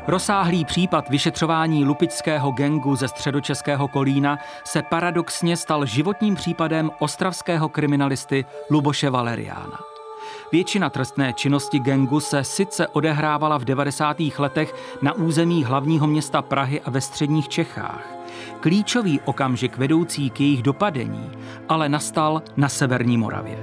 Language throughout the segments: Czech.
Rozsáhlý případ vyšetřování lupičského gangu ze středočeského Kolína se paradoxně stal životním případem ostravského kriminalisty Luboše Valeriána. Většina trestné činnosti gangu se sice odehrávala v 90. letech na území hlavního města Prahy a ve středních Čechách. Klíčový okamžik vedoucí k jejich dopadení ale nastal na severní Moravě.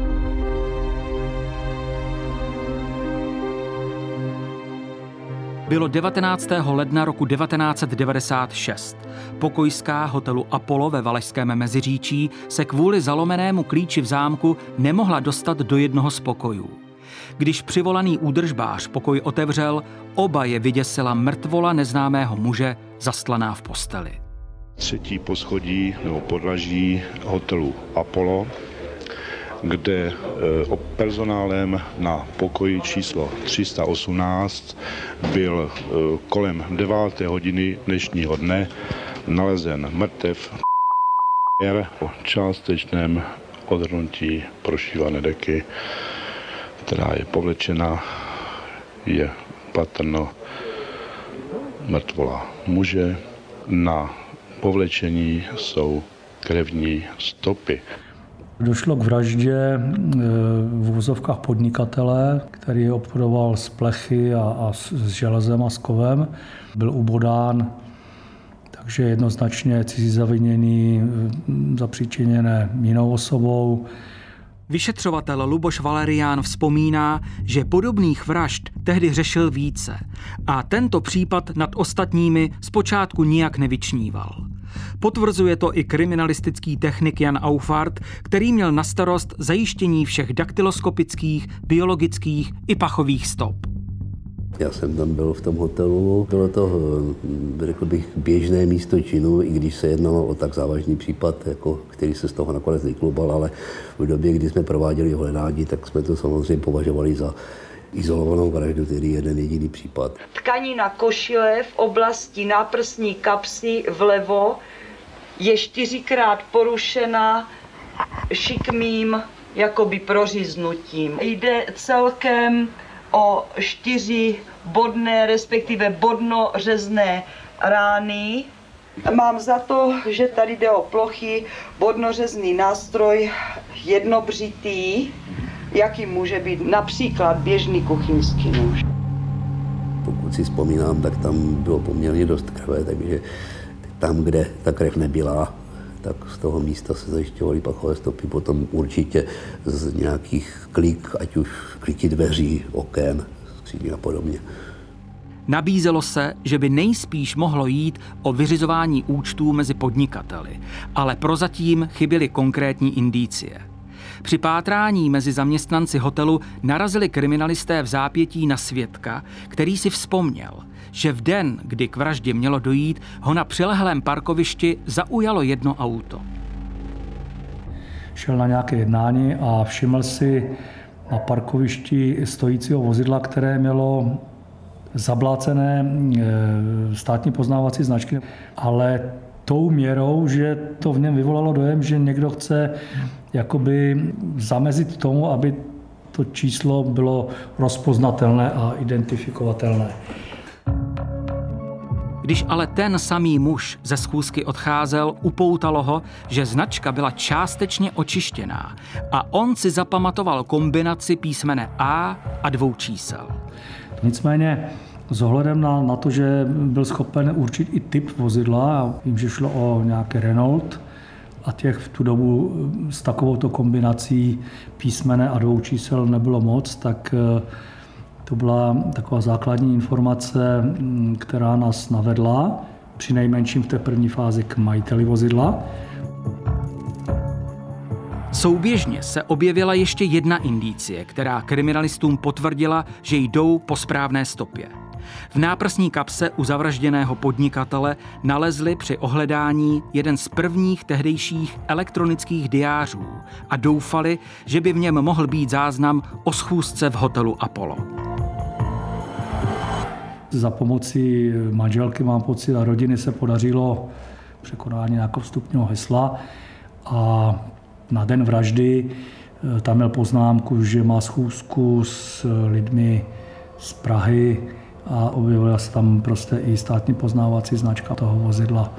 Bylo 19. ledna roku 1996. Pokojská hotelu Apollo ve Valašském Meziříčí se kvůli zalomenému klíči v zámku nemohla dostat do jednoho z pokojů. Když přivolaný údržbář pokoj otevřel, oba je vyděsila mrtvola neznámého muže zastlaná v posteli. Třetí poschodí nebo podlaží hotelu Apollo, kde personálem na pokoji číslo 318 byl kolem 9. hodiny dnešního dne nalezen mrtev po částečném odhrnutí prošívané deky, která je povlečena, je patrno mrtvola muže. Na povlečení jsou krevní stopy. Došlo k vraždě v uvozovkách podnikatele, který obchodoval s plechy a s železem a s kovem. Byl ubodán, takže jednoznačně cizí zaviněný, zapříčiněné jinou osobou. Vyšetřovatel Luboš Valerián vzpomíná, že podobných vražd tehdy řešil více a tento případ nad ostatními zpočátku nijak nevyčníval. Potvrzuje to i kriminalistický technik Jan Aufart, který měl na starost zajištění všech daktyloskopických, biologických i pachových stop. Já jsem tam byl v tom hotelu, bylo to, řekl bych, běžné místo činu, i když se jednalo o tak závažný případ, jako, který se z toho nakonec vykloubal, ale v době, kdy jsme prováděli hledání, tak jsme to samozřejmě považovali za izolovanou vraždu, tedy jeden jediný případ. Tkanina košile v oblasti náprsní kapsy vlevo je 4krát porušena šikmým jakoby proříznutím. Jde celkem o 4 bodné, respektive bodnořezné rány. Mám za to, že tady jde o plochý bodnořezný nástroj jednobřitý, jaký může být například běžný kuchyňský nůž. Pokud si vzpomínám, tak tam bylo poměrně dost krve, takže tam, kde ta krev nebyla, tak z toho místa se zajišťovaly pachové stopy, potom určitě z nějakých klik, ať už kliky dveří, oken, skříní a podobně. Nabízelo se, že by nejspíš mohlo jít o vyřizování účtů mezi podnikateli, ale prozatím chyběly konkrétní indicie. Při pátrání mezi zaměstnanci hotelu narazili kriminalisté v zápětí na svědka, který si vzpomněl, že v den, kdy k vraždě mělo dojít, ho na přilehlém parkovišti zaujalo jedno auto. Šel na nějaké jednání a všiml si na parkovišti stojícího vozidla, které mělo zablácené státní poznávací značky, ale tou měrou, že to v něm vyvolalo dojem, že někdo chce jakoby zamezit tomu, aby to číslo bylo rozpoznatelné a identifikovatelné. Když ale ten samý muž ze schůzky odcházel, upoutalo ho, že značka byla částečně očištěná a on si zapamatoval kombinaci písmene A a 2 čísel. Nicméně s ohledem na to, že byl schopen určit i typ vozidla, a vím, že šlo o nějaké Renault, a těch v tu dobu s takovouto kombinací písmene a 2 čísel nebylo moc, tak to byla taková základní informace, která nás navedla, přinejmenším v té první fázi k majiteli vozidla. Souběžně se objevila ještě jedna indicie, která kriminalistům potvrdila, že jdou po správné stopě. V náprsní kapse u zavražděného podnikatele nalezli při ohledání jeden z prvních tehdejších elektronických diářů a doufali, že by v něm mohl být záznam o schůzce v hotelu Apollo. Za pomocí manželky, mám pocit, a rodiny se podařilo překonání nějakého vstupního hesla a na den vraždy tam měl poznámku, že má schůzku s lidmi z Prahy, a objevila se tam prostě i státní poznávací značka toho vozidla.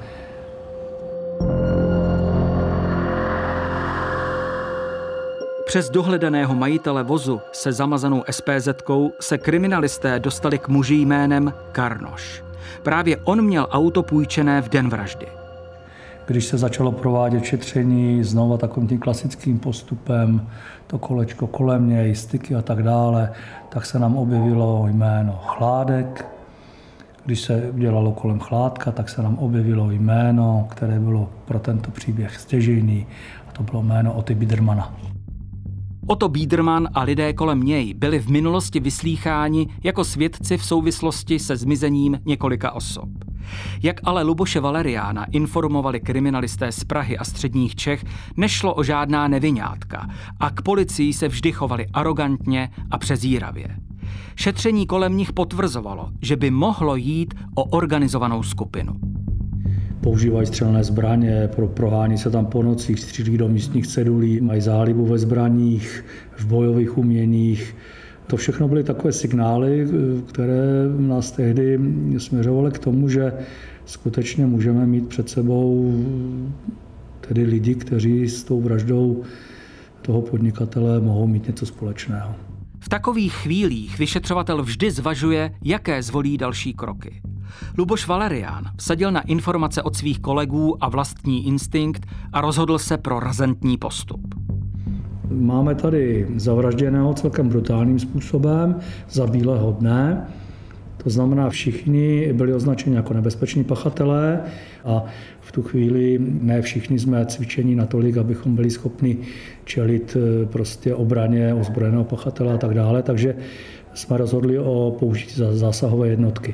Přes dohledaného majitele vozu se zamazanou SPZ-kou se kriminalisté dostali k muži jménem Karnoš. Právě on měl auto půjčené v den vraždy. Když se začalo provádět šetření znova takovým tím klasickým postupem, to kolečko kolem něj, styky a tak dále, tak se nám objevilo jméno Chládek. Když se udělalo kolem Chládka, tak se nám objevilo jméno, které bylo pro tento příběh stěžejný, a to bylo jméno Oty Biedermana. Otto Biederman a lidé kolem něj byli v minulosti vyslýcháni jako svědci v souvislosti se zmizením několika osob. Jak ale Luboše Valeriána informovali kriminalisté z Prahy a středních Čech, nešlo o žádná neviňátka a k policii se vždy chovali arogantně a přezíravě. Šetření kolem nich potvrzovalo, že by mohlo jít o organizovanou skupinu. Používají střelné zbraně, prohání se tam po nocích, střílí do místních cedulí, mají zálibu ve zbraních, v bojových uměních. To všechno byly takové signály, které nás tehdy směřovaly k tomu, že skutečně můžeme mít před sebou tedy lidi, kteří s tou vraždou toho podnikatele mohou mít něco společného. V takových chvílích vyšetřovatel vždy zvažuje, jaké zvolí další kroky. Luboš Valerián vsadil na informace od svých kolegů a vlastní instinkt a rozhodl se pro razantní postup. Máme tady zavražděného celkem brutálním způsobem za bílého dne. To znamená, všichni byli označeni jako nebezpeční pachatelé a v tu chvíli ne všichni jsme cvičení natolik, abychom byli schopni čelit prostě obraně ozbrojeného pachatele a tak dále. Takže jsme rozhodli o použití zásahové jednotky.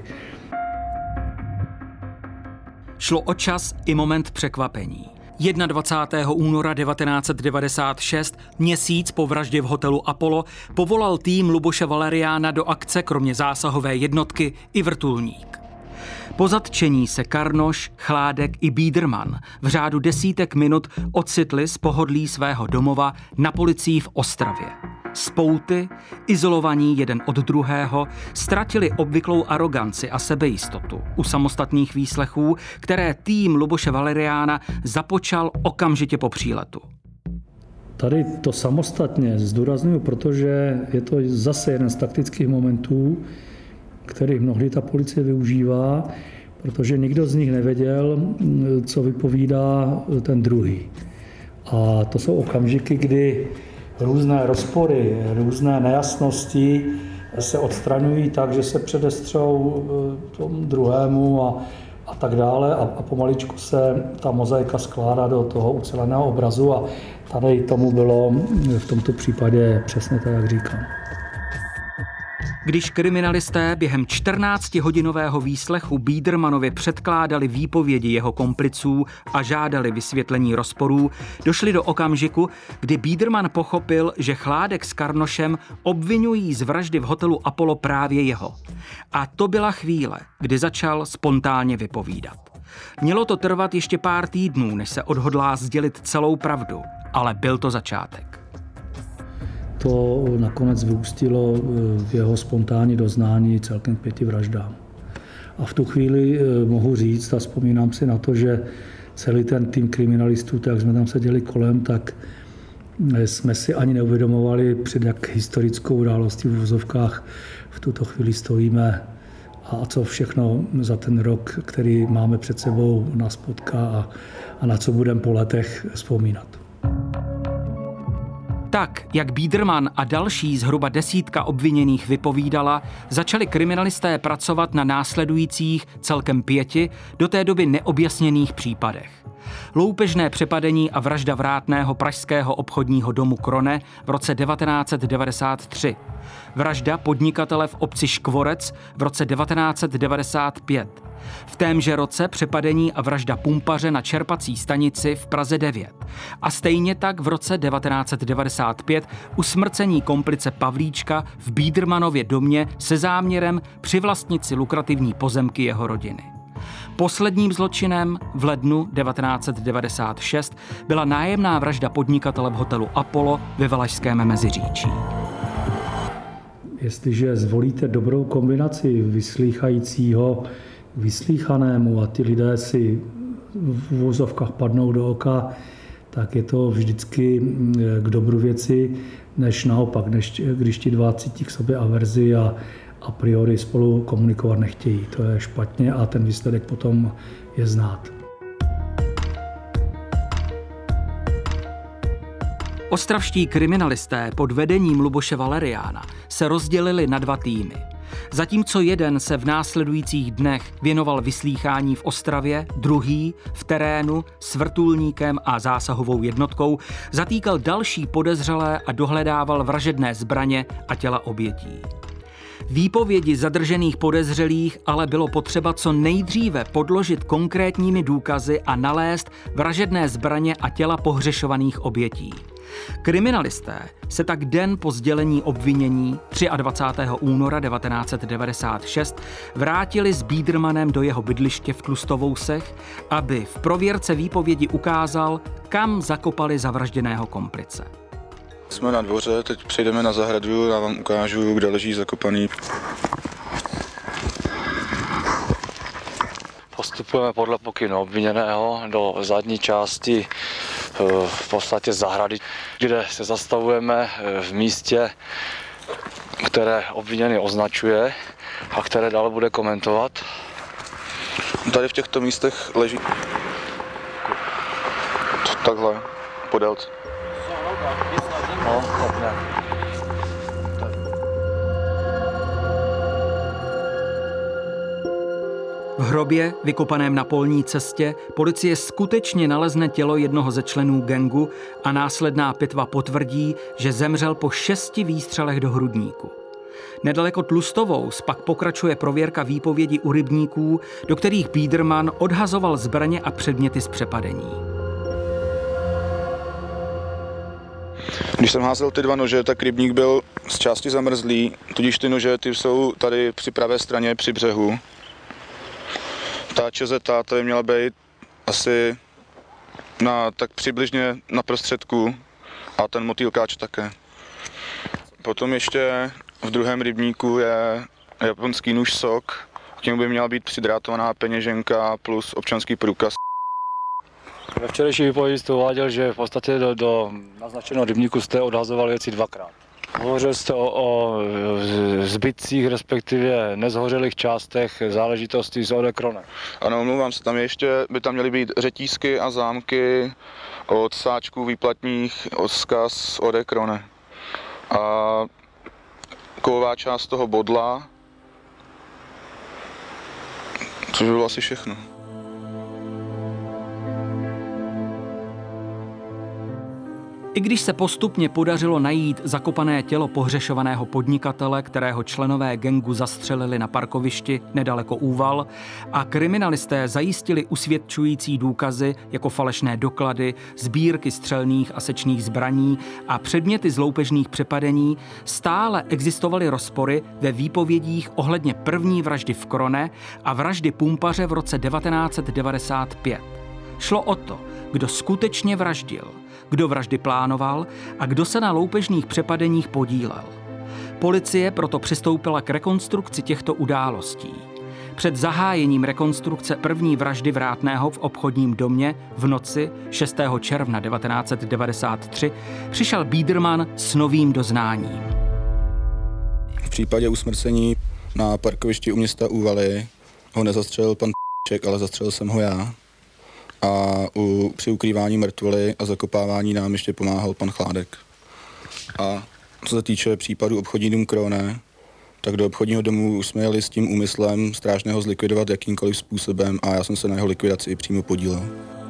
Šlo o čas i moment překvapení. 21. února 1996, měsíc po vraždě v hotelu Apollo, povolal tým Luboše Valeriána do akce kromě zásahové jednotky i vrtulník. Po zatčení se Karnoš, Chládek i Biederman v řádu desítek minut ocitli z pohodlí svého domova na policii v Ostravě. Spouty, izolovaní jeden od druhého, ztratili obvyklou aroganci a sebejistotu u samostatných výslechů, které tým Luboše Valeriána započal okamžitě po příletu. Tady to samostatně zdůraznuju, protože je to zase jeden z taktických momentů, který mnohdy ta policie využívá, protože nikdo z nich nevěděl, co vypovídá ten druhý. A to jsou okamžiky, kdy různé rozpory, různé nejasnosti se odstraňují tak, že se předestřou tomu druhému a tak dále a pomaličku se ta mozaika skládá do toho uceleného obrazu a tady tomu bylo v tomto případě přesně tak, jak říkám. Když kriminalisté během 14hodinového výslechu Biedermanovi předkládali výpovědi jeho kompliců a žádali vysvětlení rozporů, došli do okamžiku, kdy Biederman pochopil, že Chládek s Karnošem obvinují z vraždy v hotelu Apollo právě jeho. A to byla chvíle, kdy začal spontánně vypovídat. Mělo to trvat ještě pár týdnů, než se odhodlá sdělit celou pravdu, ale byl to začátek. To nakonec vyústilo v jeho spontánní doznání celkem 5 vraždám. A v tu chvíli mohu říct, a vzpomínám si na to, že celý ten tým kriminalistů, tak jak jsme tam seděli kolem, tak jsme si ani neuvědomovali, před jak historickou událostí v uvozovkách v tuto chvíli stojíme a co všechno za ten rok, který máme před sebou, nás potká a na co budeme po letech vzpomínat. Tak, jak Biederman a další zhruba desítka obviněných vypovídala, začali kriminalisté pracovat na následujících celkem 5 do té doby neobjasněných případech. Loupežné přepadení a vražda vrátného pražského obchodního domu Krone v roce 1993. Vražda podnikatele v obci Škvorec v roce 1995. V témže roce přepadení a vražda pumpaře na čerpací stanici v Praze 9. A stejně tak v roce 1995 usmrcení komplice Pavlíčka v Biedermanově domě se záměrem přivlastnit si lukrativní pozemky jeho rodiny. Posledním zločinem v lednu 1996 byla nájemná vražda podnikatele v hotelu Apollo ve Valašském Meziříčí. Jestliže zvolíte dobrou kombinaci vyslýchajícího k vyslýchanému a ty lidé si v uvozovkách padnou do oka, tak je to vždycky k dobru věci, než naopak, když ti dva cítí k sobě averzi a priori spolu komunikovat nechtějí. To je špatně a ten výsledek potom je znát. Ostravští kriminalisté pod vedením Luboše Valeriána se rozdělili na 2 týmy. Zatímco jeden se v následujících dnech věnoval vyslýchání v Ostravě, druhý v terénu s vrtulníkem a zásahovou jednotkou zatýkal další podezřelé a dohledával vražedné zbraně a těla obětí. Výpovědi zadržených podezřelých ale bylo potřeba co nejdříve podložit konkrétními důkazy a nalézt vražedné zbraně a těla pohřešovaných obětí. Kriminalisté se tak den po sdělení obvinění 23. února 1996 vrátili s Biedermannem do jeho bydliště v Tlustovousech, aby v prověrce výpovědi ukázal, kam zakopali zavražděného komplice. Jsme na dvoře, teď přejdeme na zahradu a vám ukážu, kde leží zakopaný. Postupujeme podle pokynu obviněného do zadní části v podstatě zahrady, kde se zastavujeme v místě, které obviněný označuje a které dále bude komentovat. Tady v těchto místech leží takhle, podélce. No, tak ne. V hrobě, vykopaném na polní cestě, policie skutečně nalezne tělo jednoho ze členů gangu a následná pitva potvrdí, že zemřel po 6 výstřelech do hrudníku. Nedaleko Tlustovous pak pokračuje prověrka výpovědi u rybníků, do kterých Biedermann odhazoval zbraně a předměty z přepadení. Když jsem házel ty 2 nože, tak rybník byl z části zamrzlý, tudíž ty nože ty jsou tady při pravé straně při břehu. Ta čezeta tady měla být asi tak přibližně na prostředku a ten motýlkáč také. Potom ještě v druhém rybníku je japonský nůž sok, k němu by měla být přidrátovaná peněženka plus občanský průkaz. Ve včerejší výpovědi jste uváděl, že v podstatě do naznačeného rybníku jste odhazoval věci 2krát. Hovořil jste o zbytcích, respektive nezhořelých částech záležitostí z Odekrone. Ano, omlouvám se, by tam měly být řetízky a zámky od sáčků výplatních, odkaz Odekrone. A kovová část toho bodla, což by bylo asi všechno. I když se postupně podařilo najít zakopané tělo pohřešovaného podnikatele, kterého členové gangu zastřelili na parkovišti nedaleko Úval, a kriminalisté zajistili usvědčující důkazy jako falešné doklady, sbírky střelných a sečných zbraní a předměty z loupežných přepadení, stále existovaly rozpory ve výpovědích ohledně první vraždy v Krone a vraždy Pumpaře v roce 1995. Šlo o to, kdo skutečně vraždil, kdo vraždy plánoval a kdo se na loupežných přepadeních podílel. Policie proto přistoupila k rekonstrukci těchto událostí. Před zahájením rekonstrukce první vraždy Vrátného v obchodním domě v noci 6. června 1993 přišel Biedermann s novým doznáním. V případě usmrcení na parkovišti u města Úvaly ho nezastřelil pan P***ček, ale zastřelil jsem ho já. A při ukrývání mrtvoly a zakopávání nám ještě pomáhal pan Chládek. A co se týče případu obchodní dům Krone, tak do obchodního domu už jsme jeli s tím úmyslem strážného zlikvidovat jakýmkoliv způsobem a já jsem se na jeho likvidaci přímo podílel.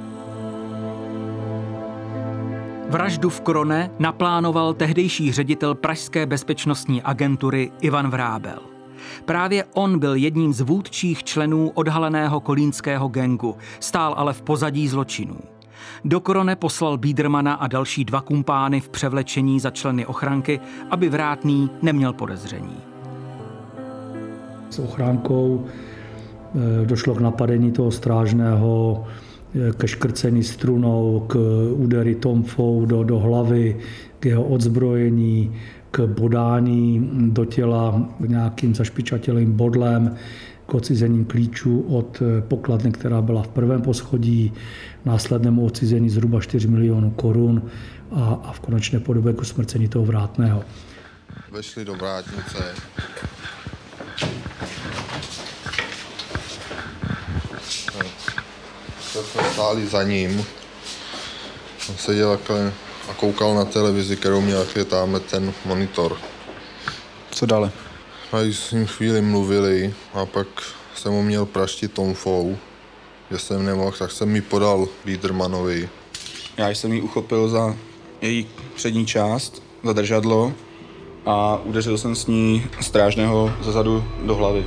Vraždu v Krone naplánoval tehdejší ředitel pražské bezpečnostní agentury Ivan Vrábel. Právě on byl jedním z vůdčích členů odhaleného kolínského gangu, stál ale v pozadí zločinů. Do Krone poslal Biedermana a další 2 kumpány v převlečení za členy ochranky, aby Vrátný neměl podezření. S ochránkou došlo k napadení toho strážného, ke škrcení strunou, k údery tomfou do hlavy, k jeho odzbrojení, k k bodání do těla nějakým zašpičatělým bodlem, k odcizení klíčů od pokladny, která byla v prvém poschodí, následnému odcizení zhruba 4 milionů korun a v konečné podobě k usmrcení toho vrátného. Vešli do vrátnice. Jsme stáli za ním. On seděl takhle a koukal na televizi, kterou měl tamhle ten monitor. Co dále? A když s ním chvíli mluvili a pak jsem mu měl praštit tonfou, že jsem nemohl, tak jsem mi podal Biedermanovi. Já jsem ji uchopil za její přední část, za držadlo a udeřil jsem s ní strážného zezadu do hlavy.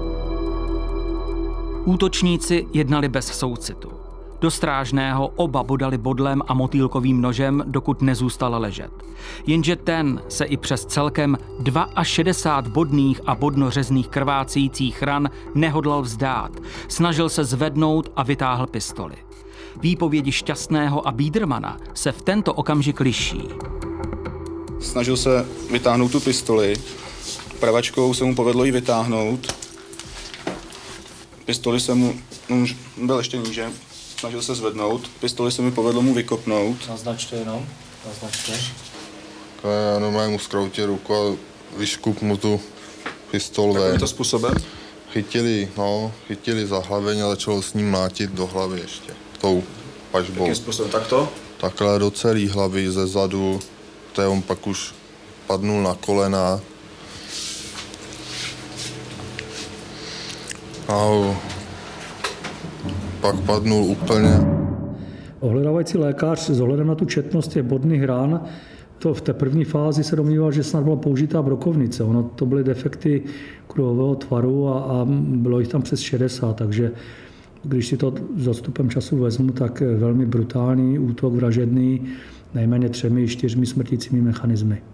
Útočníci jednali bez soucitu. Do strážného oba bodali bodlem a motýlkovým nožem, dokud nezůstal ležet. Jenže ten se i přes celkem 62 bodných a bodnořezných krvácejících ran nehodlal vzdát. Snažil se zvednout a vytáhl pistoli. Výpovědi Šťastného a Biedermana se v tento okamžik liší. Snažil se vytáhnout tu pistoli. Pravačkou se mu povedlo ji vytáhnout. Pistoli se mu, už byl ještě níže, snažil se zvednout. Pistoli se mi povedlo mu vykopnout. Naznačte jenom, naznačte. Já normálně mu zkroutil ruku a vyškup mu tu pistol ven. Jakým způsobem? Chytili za hlaveň a začal s ním mlátit do hlavy ještě. Tou pažbou. Jakým způsobem? Takto? Takhle do celé hlavy, ze zadu. To on pak už padnul na kolena. A pak padnul úplně. Ohledávající lékař s ohledem na tu četnost těch bodných ran, to v té první fázi se domníval, že snad byla použitá brokovnice. Ono to byly defekty kruhového tvaru a bylo jich tam přes 60, takže když si to s odstupem času vezmu, tak velmi brutální útok vražedný, nejméně 3-4 smrtícími mechanismy.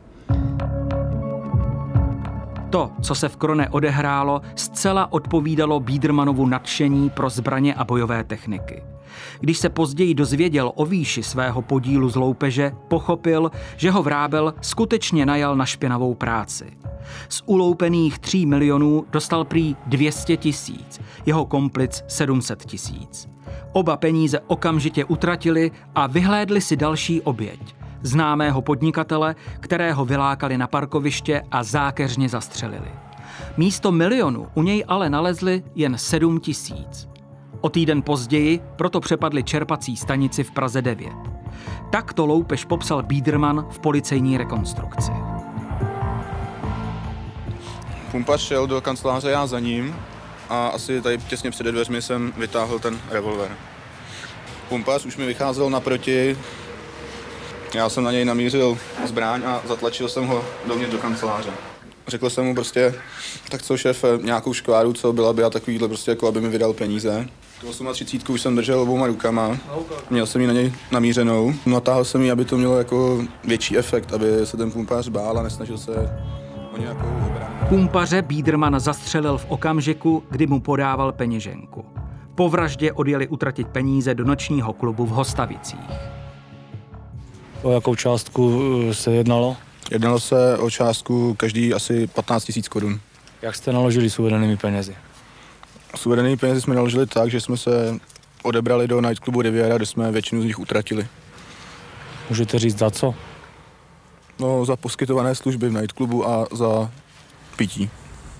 To, co se v Krone odehrálo, zcela odpovídalo Biedermanovu nadšení pro zbraně a bojové techniky. Když se později dozvěděl o výši svého podílu z loupeže, pochopil, že ho Vrábel skutečně najal na špinavou práci. Z uloupených 3 milionů dostal prý 200 000, jeho komplic 700 000. Oba peníze okamžitě utratili a vyhlédli si další oběť. Známého podnikatele, kterého vylákali na parkoviště a zákeřně zastřelili. Místo milionu u něj ale nalezli jen 7 000. O týden později proto přepadli čerpací stanici v Praze 9. Takto loupež popsal Biederman v policejní rekonstrukci. Pumpař šel do kanceláře, já za ním a asi tady těsně před dveřmi jsem vytáhl ten revolver. Pumpař už mi vycházel naproti, já jsem na něj namířil zbraň a zatlačil jsem ho dovnitř do kanceláře. Řekl jsem mu prostě, tak co šéfe, nějakou škváru, co byla by a takovýhle prostě jako aby mi vydal peníze. Tu 38 už jsem držel obouma rukama, měl jsem ji na něj namířenou. Natáhl jsem ji, aby to mělo jako větší efekt, aby se ten pumpař bál a nesnažil se o nějakou obranu. Pumpaře Biederman zastřelil v okamžiku, kdy mu podával peněženku. Po vraždě odjeli utratit peníze do nočního klubu v Hostavicích. O jakou částku se jednalo? Jednalo se o částku každý asi 15 000 korun. Jak jste naložili s uvedenými penězi? S uvedenými penězi jsme naložili tak, že jsme se odebrali do nightclubu Riviera, kde jsme většinu z nich utratili. Můžete říct za co? No, za poskytované služby v nightclubu a za pití.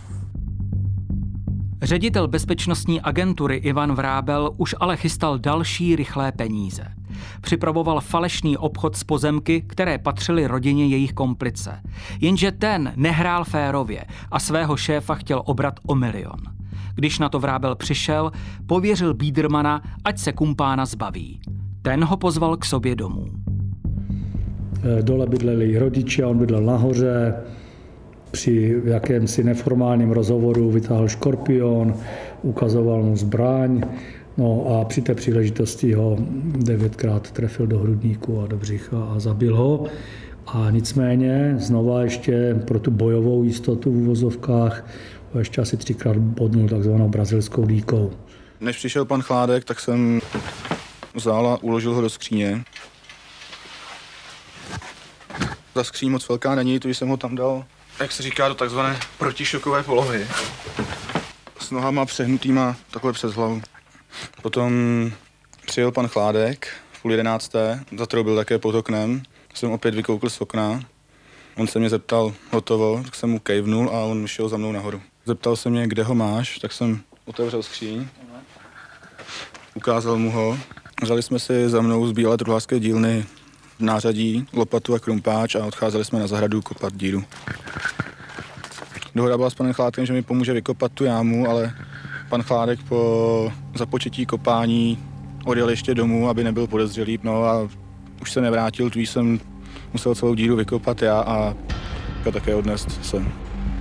Ředitel bezpečnostní agentury Ivan Vrábel už ale chystal další rychlé peníze. Připravoval falešný obchod s pozemky, které patřily rodině jejich komplice. Jenže ten nehrál férově a svého šéfa chtěl obrat o 1 000 000. Když na to Vrábel přišel, pověřil Biedermana, ať se kumpána zbaví. Ten ho pozval k sobě domů. Dole bydleli rodiče, on bydlel nahoře. Při jakémsi neformálním rozhovoru vytáhl škorpion, ukazoval mu zbraň, no a při té příležitosti ho 9krát trefil do hrudníku a do břicha a zabil ho. A nicméně znova ještě pro tu bojovou jistotu v uvozovkách ještě asi 3krát bodnul takzvanou brazilskou dýkou. Než přišel pan Chládek, tak jsem vzal a uložil ho do skříně. Ta skříň moc velká není, tudíž jsem ho tam dal, jak se říká, do takzvané protišokové polohy. S nohama přehnutýma takhle přes hlavu. Potom přijel pan Chládek v 10:30, za kterou byl také pod oknem. Jsem opět vykoukl z okna. On se mě zeptal, hotovo, tak jsem mu kejvnul a on šel za mnou nahoru. Zeptal se mě, kde ho máš, tak jsem otevřel skříň. Ukázal mu ho. Vzali jsme si za mnou z bílé truhlářské dílny nářadí, lopatu a krumpáč a odcházeli jsme na zahradu kopat díru. Dohoda byla s panem Chládkem, že mi pomůže vykopat tu jámu, ale pan Chládek po započetí kopání odjel ještě domů, aby nebyl podezřelý. No a už se nevrátil, tudíž jsem musel celou díru vykopat já a také odnést sem.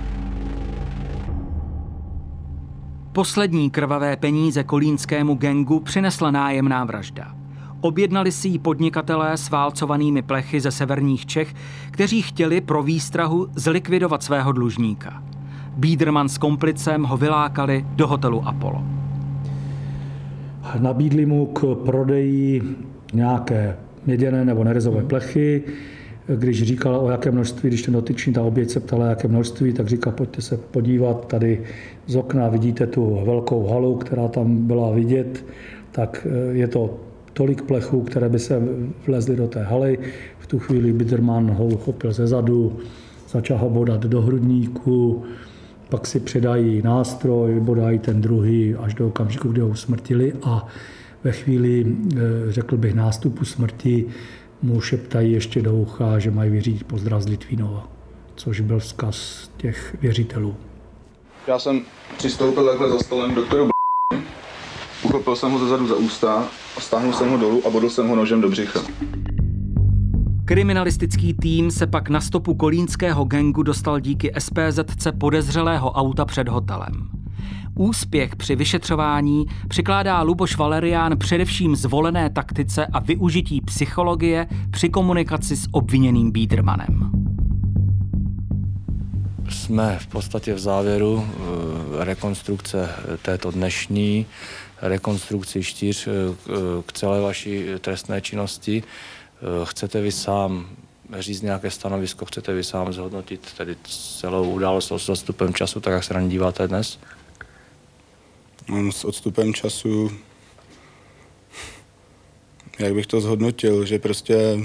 Poslední krvavé peníze kolínskému gangu přinesla nájemná vražda. Objednali si ji podnikatelé s válcovanými plechy ze severních Čech, kteří chtěli pro výstrahu zlikvidovat svého dlužníka. Biedermann s komplicem ho vylákali do hotelu Apollo. Nabídli mu k prodeji nějaké měděné nebo nerezové plechy. Když říkala o jaké množství, když ten dotyčný, ta oběť se ptala, jaké množství, tak říká, pojďte se podívat, tady z okna vidíte tu velkou halu, která tam byla vidět, tak je to tolik plechů, které by se vlezly do té haly. V tu chvíli Biedermann ho uchopil ze zadu, začal ho bodat do hrudníku, pak si předají nástroj, bodají ten druhý až do okamžiku, kdy ho usmrtili a ve chvíli, řekl bych, nástupu smrti mu šeptají ještě do ucha, že mají vyřídit pozdrav z Litvínova, což byl vzkaz těch věřitelů. Já jsem přistoupil takhle za stolem k doktoru uchopil jsem ho zezadu za ústa, stáhnul jsem ho dolů a bodl jsem ho nožem do břicha. Kriminalistický tým se pak na stopu kolínského gangu dostal díky SPZce podezřelého auta před hotelem. Úspěch při vyšetřování přikládá Luboš Valerián především zvolené taktice a využití psychologie při komunikaci s obviněným Biedermannem. Jsme v podstatě v závěru rekonstrukce této dnešní, rekonstrukci 4 k celé vaší trestné činnosti. Chcete vy sám říct nějaké stanovisko, chcete vy sám zhodnotit tedy celou událost s odstupem času, tak jak se na ní díváte dnes? S odstupem času, jak bych to zhodnotil, že prostě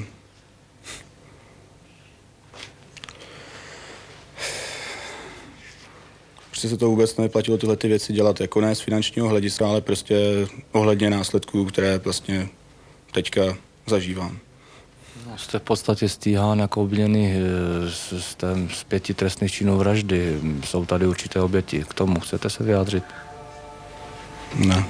se to vůbec nevyplatilo tyhle ty věci dělat, jako ne z finančního hlediska, ale prostě ohledně následků, které vlastně teďka zažívám. No, jste v podstatě stíhán jako obviněný z 5 trestných činů vraždy. Jsou tady určité oběti. K tomu chcete se vyjádřit? Ne.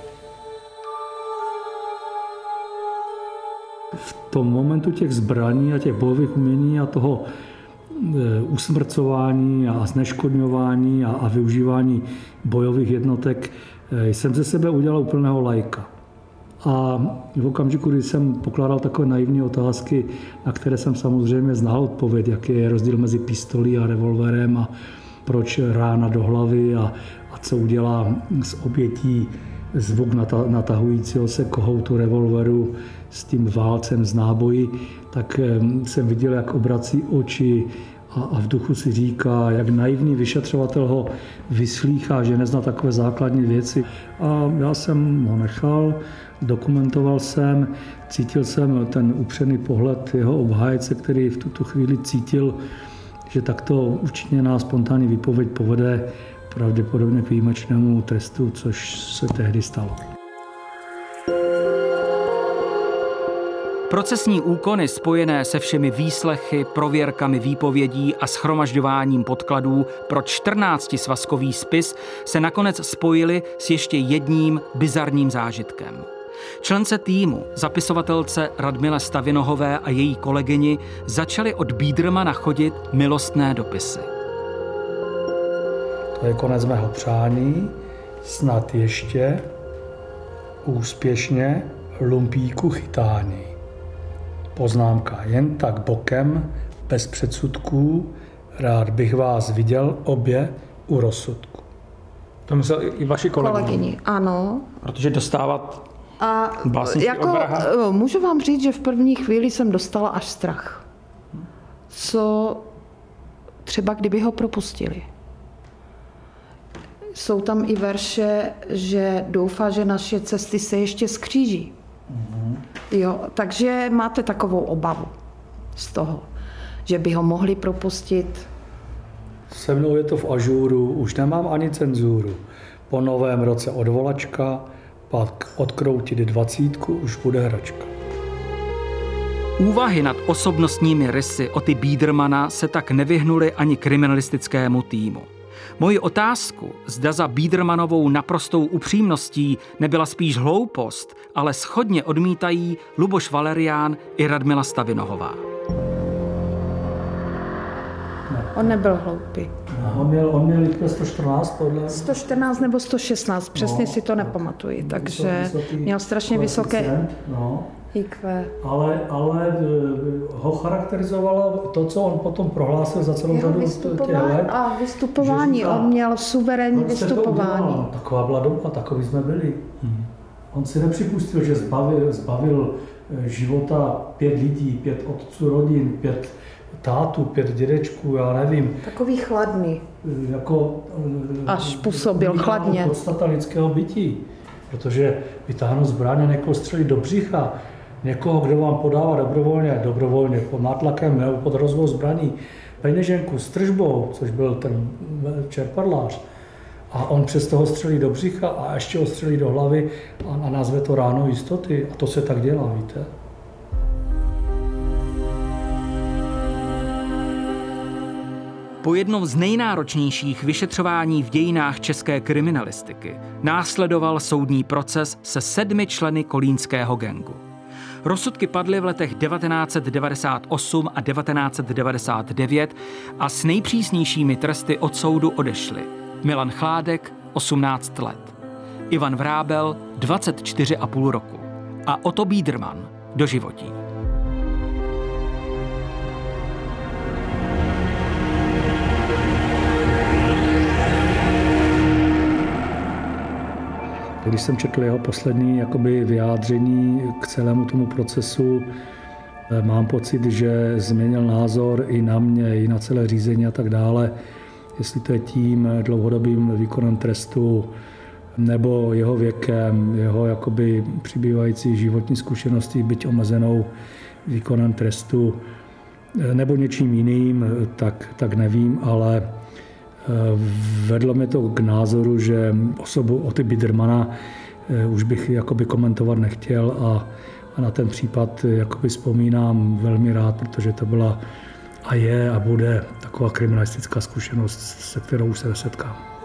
V tom momentu těch zbraní a těch bojových umění a toho usmrcování a zneškodňování a využívání bojových jednotek jsem ze sebe udělal úplného laika. A v okamžiku, kdy jsem pokládal takové naivní otázky, na které jsem samozřejmě znal odpověď, jaký je rozdíl mezi pistolí a revolverem a proč rána do hlavy a co udělá z obětí zvuk natahujícího se kohoutu revolveru s tím válcem z náboji, tak jsem viděl, jak obrací oči a v duchu si říká, jak naivní vyšetřovatel ho vyslýchá, že nezná takové základní věci. A já jsem ho nechal, dokumentoval jsem, cítil jsem ten upřený pohled jeho obhájce, který v tuto chvíli cítil, že takto učiněná spontánní výpověď povede pravděpodobně k výjimečnému trestu, což se tehdy stalo. Procesní úkony spojené se všemi výslechy, prověrkami výpovědí a shromažďováním podkladů pro 14svazkový spis se nakonec spojily s ještě jedním bizarním zážitkem. Člence týmu, zapisovatelce Radmile Stavinohové a její kolegyni, začaly od Biedermana chodit milostné dopisy. To je konec mého přání, snad ještě úspěšně lumpíku chytání. Poznámka jen tak bokem, bez předsudků, rád bych vás viděl obě u rozsudku. To myslel i vaši kolegyni? Ano. Protože dostávat jako, můžu vám říct, že v první chvíli jsem dostala až strach. co třeba kdyby ho propustili. Jsou tam i verše, že doufá, že naše cesty se ještě skříží. Jo, takže máte takovou obavu z toho, že by ho mohli propustit. Se mnou je to v ažúru, už nemám ani cenzuru. Po novém roce odvolačka, pak odkroutit 20, už bude hračka. Úvahy nad osobnostními rysy Oty Biedermana se tak nevyhnuly ani kriminalistickému týmu. Moji otázku, zda za Biedermanovou naprostou upřímností nebyla spíš hloupost, ale shodně odmítají Luboš Valerián i Radmila Stavinohová. On nebyl hloupý. On měl 114 podle... 114 nebo 116, přesně si to nepamatuji, takže měl strašně vysoké IQ. Ale ho charakterizovalo to, co on potom prohlásil za celou řadu těch let. A vystupování, on měl suverénní vystupování. Taková byla doba, takový jsme byli. On si nepřipustil, že zbavil života 5 lidí, 5 otců rodin, 5 tátů, 5 dědečků, já nevím. Takový chladný. Jako, až působil chladně. Podstata lidského bytí. Protože vytáhnout zbraň a někoho střelit do břicha, někoho, kdo vám podává dobrovolně, pod nátlakem nebo pod hrozbou zbraní, peněženku s tržbou, což byl ten čerpadlář, a on přes toho střelí do břicha a ještě ho střelí do hlavy a nazve to ráno jistoty. A to se tak dělá, víte. Po jednom z nejnáročnějších vyšetřování v dějinách české kriminalistiky následoval soudní proces se 7 členy kolínského gangu. Rozsudky padly v letech 1998 a 1999 a s nejpřísnějšími tresty od soudu odešli Milan Chládek 18 let, Ivan Vrábel 24,5 roku a Otto Biederman doživotí. Když jsem četl jeho poslední vyjádření k celému tomu procesu, mám pocit, že změnil názor i na mě, i na celé řízení a tak dále. Jestli to je tím dlouhodobým výkonem trestu, nebo jeho věkem, jeho přibývající životní zkušeností, byť omezenou výkonem trestu, nebo něčím jiným, tak nevím, ale vedlo mě to k názoru, že osobu Oty Biedermana už bych komentovat nechtěl a na ten případ vzpomínám velmi rád, protože to byla a je a bude taková kriminalistická zkušenost, se kterou už se nesetkám.